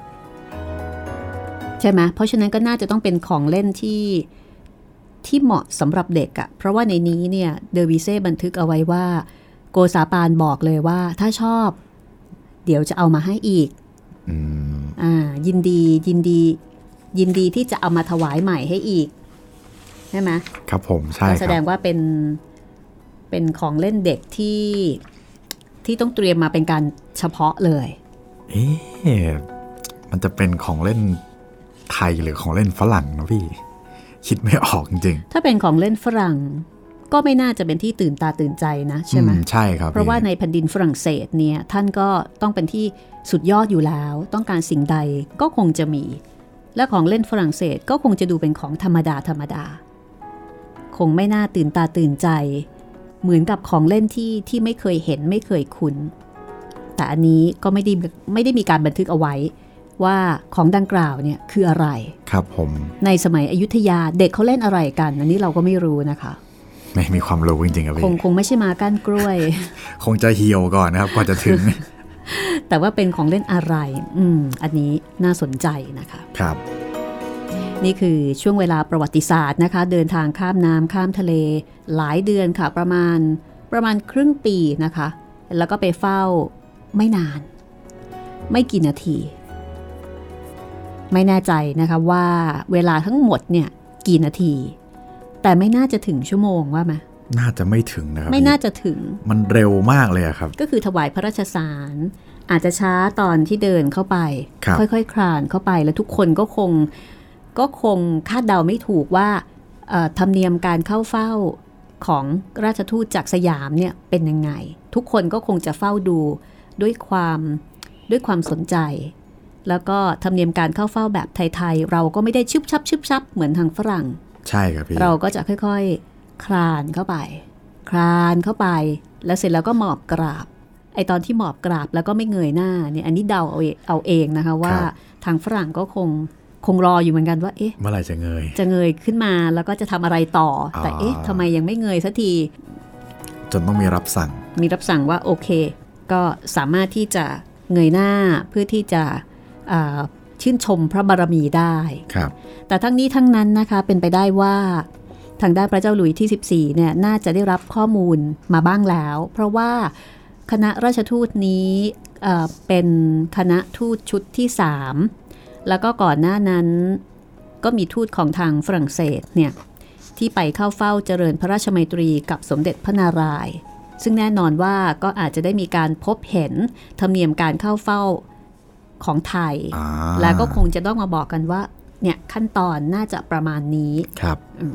ใช่ไหมเพราะฉะนั้นก็น่าจะต้องเป็นของเล่นที่ที่เหมาะสำหรับเด็กอะเพราะว่าในนี้เนี่ยเดอวิเซ่บันทึกเอาไว้ว่าโกษาปานบอกเลยว่าถ้าชอบเดี๋ยวจะเอามาให้อีกอ่ายินดียินดียินดีที่จะเอามาถวายใหม่ให้อีกใช่ไหมครับผมใช่ครับแสดงว่าเป็นเป็นของเล่นเด็กที่ที่ต้องเตรียมมาเป็นการเฉพาะเลยเอ๊ะมันจะเป็นของเล่นไทยหรือของเล่นฝรั่งนะพี่คิดไม่ออกจริงถ้าเป็นของเล่นฝรั่งก็ไม่น่าจะเป็นที่ตื่นตาตื่นใจนะใช่ไหมใช่ครับเพราะว่าในแผ่นดินฝรั่งเศสเนี่ยท่านก็ต้องเป็นที่สุดยอดอยู่แล้วต้องการสิ่งใดก็คงจะมีและของเล่นฝรั่งเศสก็คงจะดูเป็นของธรรมดาธรรมดาคงไม่น่าตื่นตาตื่นใจเหมือนกับของเล่นที่ที่ไม่เคยเห็นไม่เคยคุ้นแต่อันนี้ก็ไม่ได้ไม่ได้มีการบันทึกเอาไว้ว่าของดังกล่าวเนี่ยคืออะไรครับผมในสมัยอยุธยาเด็กเขาเล่นอะไรกันอันนี้เราก็ไม่รู้นะคะไม่มีความรู้จริงๆครับพี่คงคงไม่ใช่มาก้านกล้วยคงจะเหี่ยวก่อนนะครับกว่าจะถึงแต่ว่าเป็นของเล่นอะไรอืมอันนี้น่าสนใจนะคะครับนี่คือช่วงเวลาประวัติศาสตร์นะคะเดินทางข้ามน้ำข้ามทะเลหลายเดือนค่ะประมาณประมาณครึ่งปีนะคะแล้วก็ไปเฝ้าไม่นานไม่กี่นาทีไม่แน่ใจนะคะว่าเวลาทั้งหมดเนี่ยกี่นาทีแต่ไม่น่าจะถึงชั่วโมงว่าไหมน่าจะไม่ถึงนะครับไม่น่าจะถึงมันเร็วมากเลยครับก็คือถวายพระราชสารอาจจะช้าตอนที่เดินเข้าไปค่อยๆ ค, คลานเข้าไปแล้วทุกคนก็คงก็คงคาดเดาไม่ถูกว่าธรรมเนียมการเข้าเฝ้าของราชทูตจากสยามเนี่ยเป็นยังไงทุกคนก็คงจะเฝ้าดูด้วยความด้วยความสนใจแล้วก็ธรรมเนียมการเข้าเฝ้าแบบไทยๆเราก็ไม่ได้ชึบชับชึบชับเหมือนทางฝรั่งใช่ครับพี่เราก็จะค่อยๆคลานเข้าไปคลานเข้าไปแล้วเสร็จแล้วก็หมอบกราบไอตอนที่หมอบกราบแล้วก็ไม่เงยหน้าเนี่ยอันนี้เดาเอาเอาเองนะคะว่าทางฝรั่งก็คงคงรออยู่เหมือนกันว่าเอ๊ะเมื่อไหร่จะเงยจะเงยขึ้นมาแล้วก็จะทำอะไรต่อแต่เอ๊ะทำไมยังไม่เงยสักทีจนต้องมีรับสั่งมีรับสั่งว่าโอเคก็สามารถที่จะเงยหน้าเพื่อที่จะชื่นชมพระบารมีได้ครับแต่ทั้งนี้ทั้งนั้นนะคะเป็นไปได้ว่าทางด้านพระเจ้าหลุยส์ที่สิบสี่เนี่ยน่าจะได้รับข้อมูลมาบ้างแล้วเพราะว่าคณะราชทูตนี้เอ่อเป็นคณะทูตชุดที่สามแล้วก็ก่อนหน้านั้นก็มีทูตของทางฝรั่งเศสเนี่ยที่ไปเข้าเฝ้าเจริญพระราชมัยตรีกับสมเด็จพระนารายณ์ซึ่งแน่นอนว่าก็อาจจะได้มีการพบเห็นธรรมเนียมการเข้าเฝ้าของไทยแล้วก็คงจะต้องมาบอกกันว่าเนี่ยขั้นตอนน่าจะประมาณนี้ครับ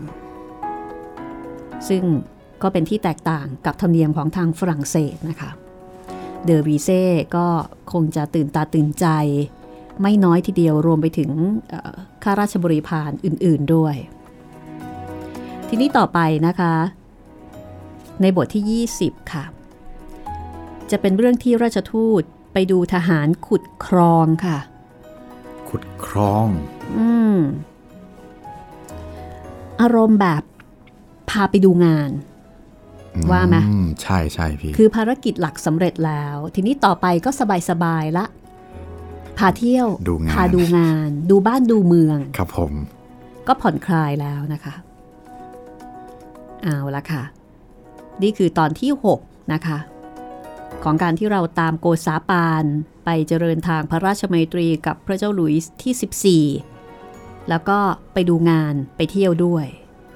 ซึ่งก็เป็นที่แตกต่างกับธรรมเนียมของทางฝรั่งเศสนะคะเดอวีเซ่ก็คงจะตื่นตาตื่นใจไม่น้อยทีเดียวรวมไปถึงข้าราชบริพารอื่นๆด้วยทีนี้ต่อไปนะคะในบทที่ยี่สิบค่ะจะเป็นเรื่องที่ราชทูตไปดูทหารขุดคลองค่ะขุดคลองอืมอารมณ์แบบพาไปดูงานว่าไหมใช่ใช่พี่คือภารกิจหลักสำเร็จแล้วทีนี้ต่อไปก็สบายๆละพาเที่ยวพาดูงานดูบ้านดูเมืองครับผมก็ผ่อนคลายแล้วนะคะเอาละค่ะนี่คือตอนที่หกนะคะของการที่เราตามโกษาปานไปเจริญทางพระราชมัยตรีกับพระเจ้าหลุยส์ที่สิบสี่แล้วก็ไปดูงานไปเที่ยวด้วย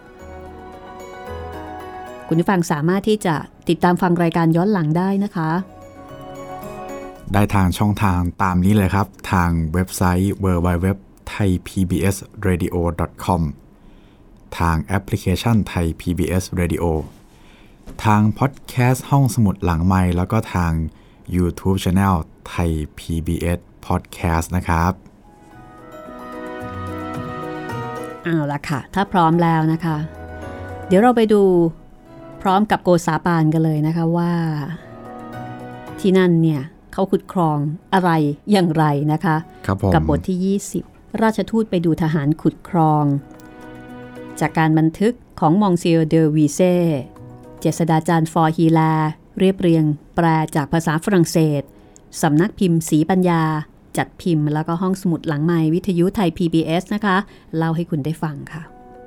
คุณผู้ฟังสามารถที่จะติดตามฟังรายการย้อนหลังได้นะคะได้ทางช่องทางตามนี้เลยครับทางเว็บไซต์ ดับเบิลยู ดับเบิลยู ดับเบิลยู ดอท ไทย พี บี เอส เรดิโอ ดอท คอม ทางแอปพลิเคชัน Thai พี บี เอส Radio ทางพอดแคสต์ห้องสมุดหลังไมค์แล้วก็ทาง YouTube Channel Thai พี บี เอส Podcast นะครับเอาล่ะค่ะถ้าพร้อมแล้วนะคะเดี๋ยวเราไปดูพร้อมกับโกษาปานกันเลยนะคะว่าที่นั่นเนี่ยเขาขุดคลองอะไรอย่างไรนะคะกับบทที่ยี่สิบราชทูตไปดูทหารขุดคลองจากการบันทึกของมองซิเออร์เดอวีเซ่เจษฎาจารย์ฟอร์ฮีแลเรียบเรียงแปลจากภาษาฝรั่งเศสสำนักพิมพ์ศรีปัญญาจัดพิมพ์แล้วก็ห้องสมุดหลังไมค์วิทยุไทย พี บี เอส นะคะเล่าให้คุณได้ฟังค่ะ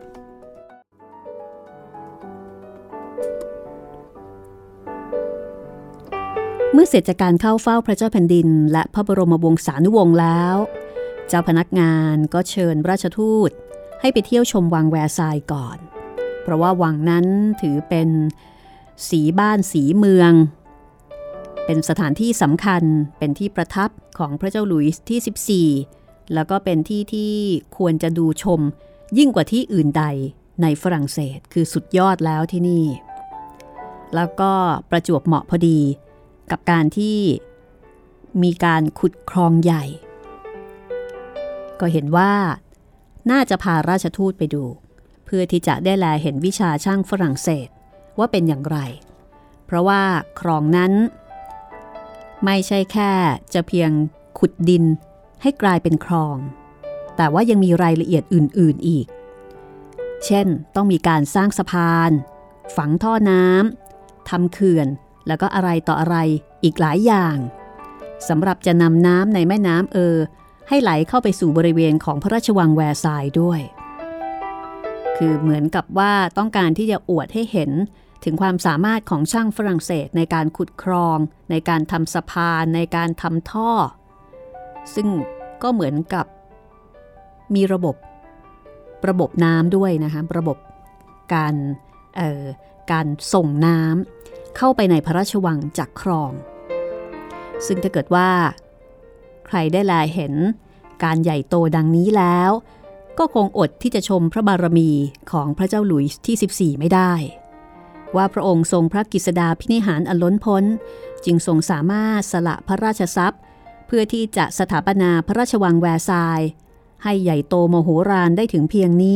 เมื่อเสร็จจากการเข้าเฝ้าพระเจ้าแผ่นดินและพระบรมวงศานุวงศ์แล้วเจ้าพนักงานก็เชิญราชทูตให้ไปเที่ยวชมวังแวร์ซายน์ก่อนเพราะว่าวังนั้นถือเป็นสีบ้านสีเมืองเป็นสถานที่สำคัญเป็นที่ประทับของพระเจ้าหลุยส์ที่สิบสี่แล้วก็เป็นที่ที่ควรจะดูชมยิ่งกว่าที่อื่นใดในฝรั่งเศสคือสุดยอดแล้วที่นี่แล้วก็ประจวบเหมาะพอดีกับการที่มีการขุดคลองใหญ่ก็เห็นว่าน่าจะพาราชทูตไปดูเพื่อที่จะได้แลเห็นวิชาช่างฝรั่งเศสว่าเป็นอย่างไรเพราะว่าคลองนั้นไม่ใช่แค่จะเพียงขุดดินให้กลายเป็นคลองแต่ว่ายังมีรายละเอียดอื่นๆอีกเช่นต้องมีการสร้างสะพานฝังท่อน้ำทำเขื่อนแล้วก็อะไรต่ออะไรอีกหลายอย่างสำหรับจะนำน้ำในแม่น้ำเออให้ไหลเข้าไปสู่บริเวณของพระราชวังแวร์ซายน์ด้วยคือเหมือนกับว่าต้องการที่จะอวดให้เห็นถึงความสามารถของช่างฝรั่งเศสในการขุดคลองในการทำสะพานในการทำท่อซึ่งก็เหมือนกับมีระบบระบบน้ำด้วยนะคะระบบการเอ่อการส่งน้ำเข้าไปในพระราชวังจากคลองซึ่งถ้าเกิดว่าใครได้แลเห็นการใหญ่โตดังนี้แล้วก็คงอดที่จะชมพระบารมีของพระเจ้าหลุยส์ที่สิบสี่ไม่ได้ว่าพระองค์ทรงพระกฤษฎาภินิหารอันล้นพ้นจึงทรงสามารถสละพระราชทรัพย์เพื่อที่จะสถาปนาพระราชวังแวร์ซายน์ให้ใหญ่โตมโหฬารได้ถึงเพียงนี้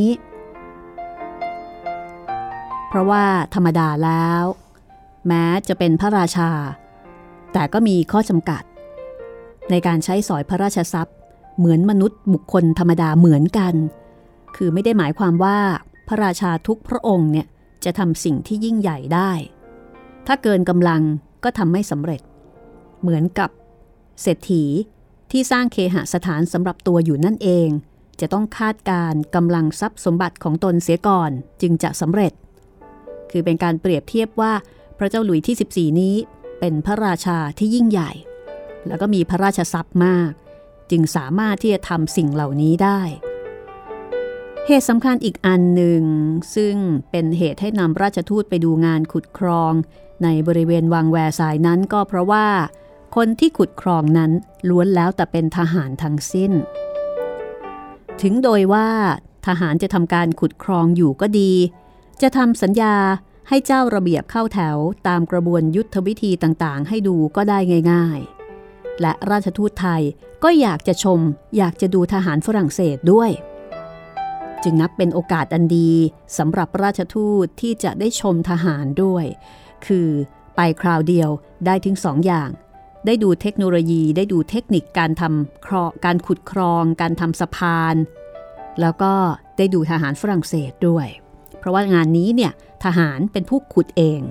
เพราะว่าธรรมดาแล้วแม้จะเป็นพระราชาแต่ก็มีข้อจำกัดในการใช้สอยพระราชทรัพย์เหมือนมนุษย์บุคคลธรรมดาเหมือนกันคือไม่ได้หมายความว่าพระราชาทุกพระองค์เนี่ยจะทำสิ่งที่ยิ่งใหญ่ได้ถ้าเกินกำลังก็ทำไม่สำเร็จเหมือนกับเศรษฐีที่สร้างเคหสถานสำหรับตัวอยู่นั่นเองจะต้องคาดการกำลังทรัพย์สมบัติของตนเสียก่อนจึงจะสำเร็จคือเป็นการเปรียบเทียบว่าพระเจ้าหลุยส์ที่สิบสี่นี้เป็นพระราชาที่ยิ่งใหญ่แล้วก็มีพระราชทรัพย์มากจึงสามารถที่จะทำสิ่งเหล่านี้ได้เหตุสำคัญอีกอันหนึ่งซึ่งเป็นเหตุให้นำราชทูตไปดูงานขุดคลองในบริเวณวังแวร์ซายน์นั้นก็เพราะว่าคนที่ขุดคลองนั้นล้วนแล้วแต่เป็นทหารทั้งสิ้นถึงโดยว่าทหารจะทำการขุดคลองอยู่ก็ดีจะทำสัญญาให้เจ้าระเบียบเข้าแถวตามกระบวนยุทธวิธีต่างๆให้ดูก็ได้ง่ายๆและราชทูตไทยก็อยากจะชมอยากจะดูทหารฝรั่งเศสด้วยจึงนับเป็นโอกาสอันดีสำหรับราชทูตที่จะได้ชมทหารด้วยคือไปคราวเดียวได้ถึงสองอย่างได้ดูเทคโนโลยีได้ดูเทคนิคการทำคลองการขุดคลองการทำสะพานแล้วก็ได้ดูทหารฝรั่งเศสด้วยเพราะว่างานนี้เนี่ยทหารเป็นผู้ขุดเอง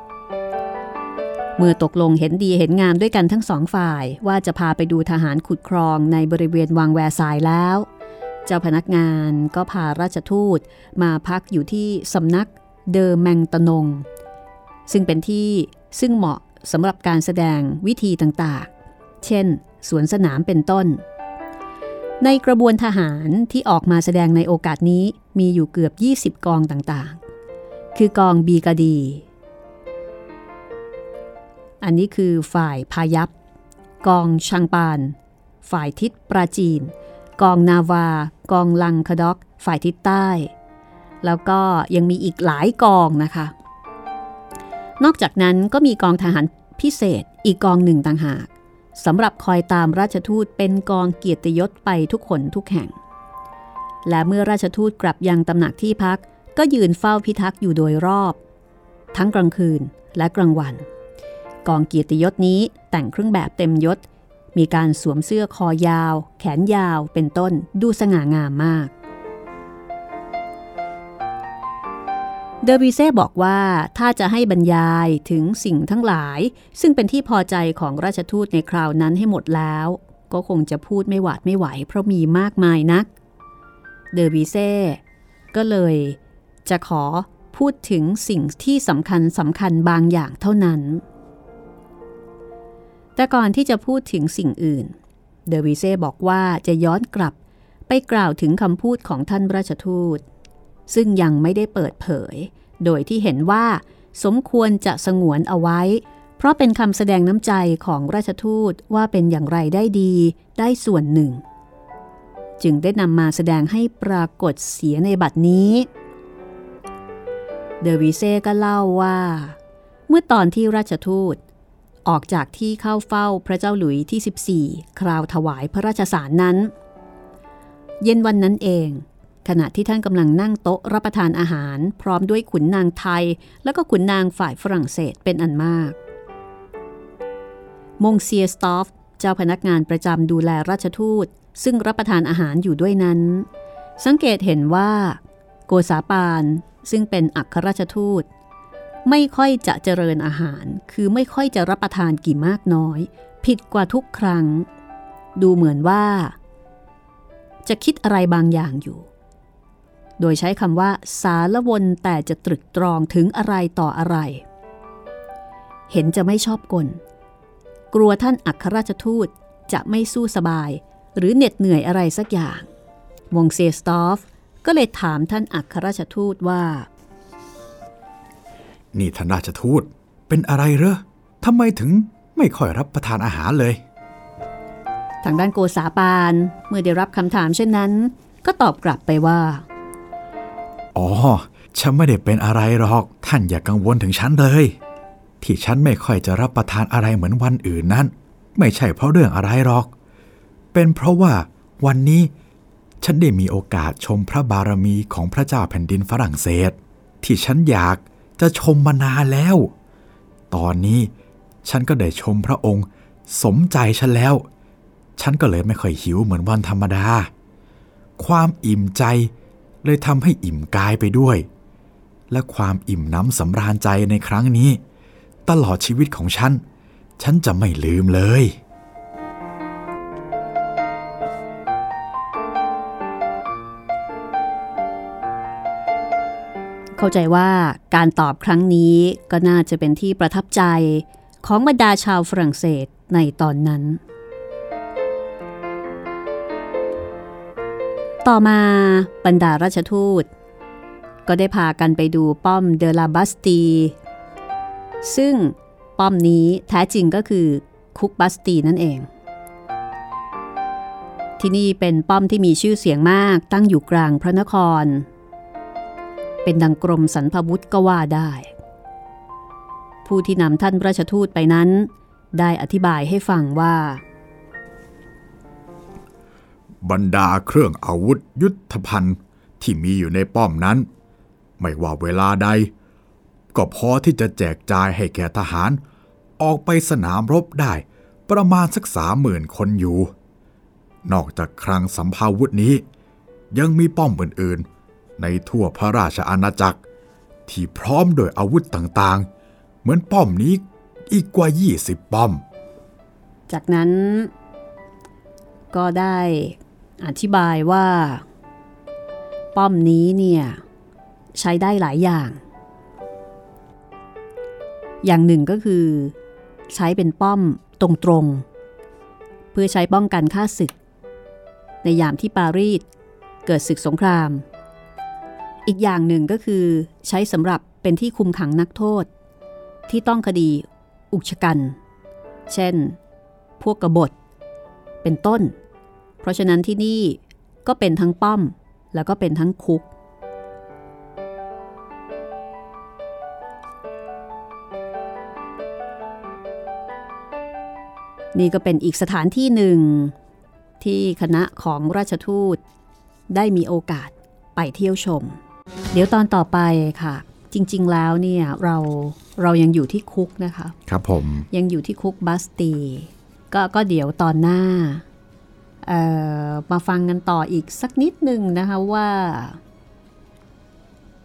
เมื่อตกลงเห็นดีเห็นงามด้วยกันทั้งสองฝ่ายว่าจะพาไปดูทหารขุดคลองในบริเวณวังแวร์ซายน์แล้วเจ้าพนักงานก็พาราชทูตมาพักอยู่ที่สำนักเดอแมงตะนงซึ่งเป็นที่ซึ่งเหมาะสำหรับการแสดงวิธีต่างๆเช่นสวนสนามเป็นต้นในกระบวนทหารที่ออกมาแสดงในโอกาสนี้มีอยู่เกือบยี่สิบกองต่างๆคือกองบีกาดีอันนี้คือฝ่ายพายัพกองชังปานฝ่ายทิศปราจีนกองนาวากองลังคดอกฝ่ายทิศใต้แล้วก็ยังมีอีกหลายกองนะคะนอกจากนั้นก็มีกองทหารพิเศษอีกกองหนึ่งต่างหากสำหรับคอยตามราชทูตเป็นกองเกียรติยศไปทุกคนทุกแห่งและเมื่อราชทูตกลับยังตำหนักที่พักก็ยืนเฝ้าพิทักษ์อยู่โดยรอบทั้งกลางคืนและกลางวันกองเกียรติยศนี้แต่งเครื่องแบบเต็มยศมีการสวมเสื้อคอยาวแขนยาวเป็นต้นดูสง่างามมากเดอวีเซ่บอกว่าถ้าจะให้บรรยายถึงสิ่งทั้งหลายซึ่งเป็นที่พอใจของราชทูตในคราวนั้นให้หมดแล้วก็คงจะพูดไม่หวาดไม่ไหวเพราะมีมากมายนักเดอวีเซ่ก็เลยจะขอพูดถึงสิ่งที่สำคัญสำคัญบางอย่างเท่านั้นแต่ก่อนที่จะพูดถึงสิ่งอื่นเดอวีเซ่บอกว่าจะย้อนกลับไปกล่าวถึงคำพูดของท่านราชทูตซึ่งยังไม่ได้เปิดเผยโดยที่เห็นว่าสมควรจะสงวนเอาไว้เพราะเป็นคำแสดงน้ำใจของราชทูตว่าเป็นอย่างไรได้ดีได้ส่วนหนึ่งจึงได้นำมาแสดงให้ปรากฏเสียในบัดนี้เดอวีเซ่ก็เล่าว่าเมื่อตอนที่ราชทูตออกจากที่เข้าเฝ้าพระเจ้าหลุยส์ที่สิบสี่คราวถวายพระราชสารนั้นเย็นวันนั้นเองขณะที่ท่านกำลังนั่งโต๊ะรับประทานอาหารพร้อมด้วยขุนนางไทยและก็ขุนนางฝ่ายฝรั่งเศสเป็นอันมากมงเซียสตอฟเจ้าพนักงานประจำดูแลราชทูตซึ่งรับประทานอาหารอยู่ด้วยนั้นสังเกตเห็นว่าโกษาปานซึ่งเป็นอัครราชทูตไม่ค่อยจะเจริญอาหารคือไม่ค่อยจะรับประทานกี่มากน้อยผิดกว่าทุกครั้งดูเหมือนว่าจะคิดอะไรบางอย่างอยู่โดยใช้คำว่าสารวนแต่จะตรึกตรองถึงอะไรต่ออะไรเห็นจะไม่ชอบกลกลัวท่านอัครราชทูตจะไม่สู้สบายหรือเหน็ดเหนื่อยอะไรสักอย่างวงเซสตอฟก็เลยถามท่านอัครราชทูตว่านี่ท่านราชทูตเป็นอะไรเหรอทำไมถึงไม่ค่อยรับประทานอาหารเลยทางด้านโกษาปานเมื่อได้รับคำถามเช่นนั้นก็ตอบกลับไปว่าอ๋อฉันไม่ได้เป็นอะไรหรอกท่านอย่ากังวลถึงฉันเลยที่ฉันไม่ค่อยจะรับประทานอะไรเหมือนวันอื่นนั้นไม่ใช่เพราะเรื่องอะไรหรอกเป็นเพราะว่าวันนี้ฉันได้มีโอกาสชมพระบารมีของพระเจ้าแผ่นดินฝรั่งเศสที่ฉันอยากจะชมมานานแล้วตอนนี้ฉันก็ได้ชมพระองค์สมใจฉันแล้วฉันก็เลยไม่ค่อยหิวเหมือนวันธรรมดาความอิ่มใจเลยทำให้อิ่มกายไปด้วยและความอิ่มน้ำสำราญใจในครั้งนี้ตลอดชีวิตของฉันฉันจะไม่ลืมเลยเข้าใจว่าการตอบครั้งนี้ก็น่าจะเป็นที่ประทับใจของบรรดาชาวฝรั่งเศสในตอนนั้นต่อมาบรรดาราชทูตก็ได้พากันไปดูป้อมเดลาบัสตีซึ่งป้อมนี้แท้จริงก็คือคุกบัสตีนั่นเองที่นี่เป็นป้อมที่มีชื่อเสียงมากตั้งอยู่กลางพระนครเป็นดังกรมสรรพวุธก็ว่าได้ผู้ที่นำท่านราชทูตไปนั้นได้อธิบายให้ฟังว่าบรรดาเครื่องอาวุธยุทธภัณฑ์ที่มีอยู่ในป้อมนั้นไม่ว่าเวลาใดก็พอที่จะแจกจ่ายให้แก่ทหารออกไปสนามรบได้ประมาณสักสามหมื่นคนอยู่นอกจากคลังสำเภาวุธนี้ยังมีป้อมอื่นๆในทั่วพระราชอาณาจักรที่พร้อมโดยอาวุธต่างๆเหมือนป้อมนี้อีกกว่ายี่สิบป้อมจากนั้นก็ได้อธิบายว่าป้อมนี้เนี่ยใช้ได้หลายอย่างอย่างหนึ่งก็คือใช้เป็นป้อมตรงๆเพื่อใช้ป้องกันข้าศึกในยามที่ปารีสเกิดศึกสงครามอีกอย่างหนึ่งก็คือใช้สำหรับเป็นที่คุมขังนักโทษที่ต้องคดีอุกชะกันเช่นพวกกบฏเป็นต้นเพราะฉะนั้นที่นี่ก็เป็นทั้งป้อมแล้วก็เป็นทั้งคุกนี่ก็เป็นอีกสถานที่หนึ่งที่คณะของราชทูตได้มีโอกาสไปเที่ยวชมเดี๋ยวตอนต่อไปค่ะจริงๆแล้วเนี่ยเราเรายังอยู่ที่คุกนะคะครับผมยังอยู่ที่คุกบัสตีก็ก็เดี๋ยวตอนหน้าเอ่อมาฟังกันต่ออีกสักนิดหนึ่งนะคะว่า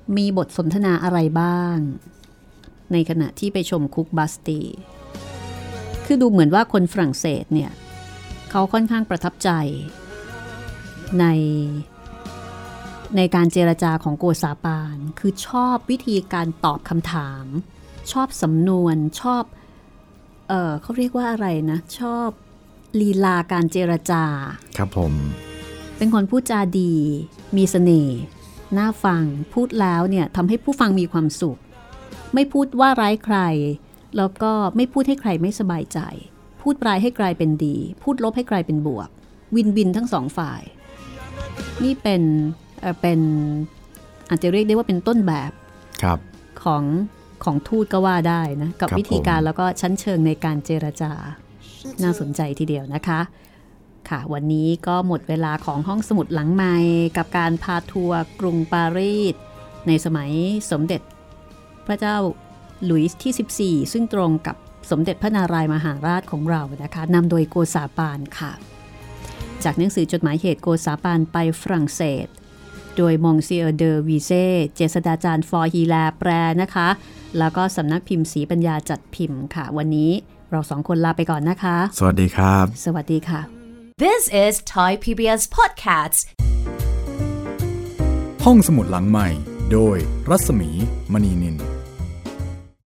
มีบทสนทนาอะไรบ้างในขณะที่ไปชมคุกบาสตีคือดูเหมือนว่าคนฝรั่งเศสเนี่ยเขาค่อนข้างประทับใจในในการเจรจาของโกษาปานคือชอบวิธีการตอบคำถามชอบสำนวนชอบเออเขาเรียกว่าอะไรนะชอบลีลาการเจรจาครับผมเป็นคนพูดจาดีมีเสน่ห์น่าฟังพูดแล้วเนี่ยทำให้ผู้ฟังมีความสุขไม่พูดว่าร้ายใครแล้วก็ไม่พูดให้ใครไม่สบายใจพูดร้ายให้กลายเป็นดีพูดลบให้กลายเป็นบวกวินวินทั้งสองฝ่ายนี่เป็นเอ่อเป็นอาจจะเรียกได้ว่าเป็นต้นแบบครับของของทูตก็ว่าได้นะกับวิธีการแล้วก็ชั้นเชิงในการเจรจาน่าสนใจทีเดียวนะคะค่ะวันนี้ก็หมดเวลาของห้องสมุดหลังไมค์กับการพาทัวร์กรุงปารีสในสมัยสมเด็จพระเจ้าหลุยส์ที่สิบสี่ซึ่งตรงกับสมเด็จพระนารายมหาราชของเรานะคะนำโดยโกษาปานค่ะจากหนังสือจดหมายเหตุโกษาปานไปฝรั่งเศสโดยมองเซียเดอวีเซ่เจษฎาจารย์ฟอร์ฮีแลแปลนะคะแล้วก็สำนักพิมพ์ศรีปัญญาจัดพิมพ์ค่ะวันนี้เราสองคนลาไปก่อนนะคะสวัสดีครับสวัสดีค่ะ This is Thai พี บี เอส Podcast ห้องสมุดหลังใหม่โดยรัศมีมณีนิน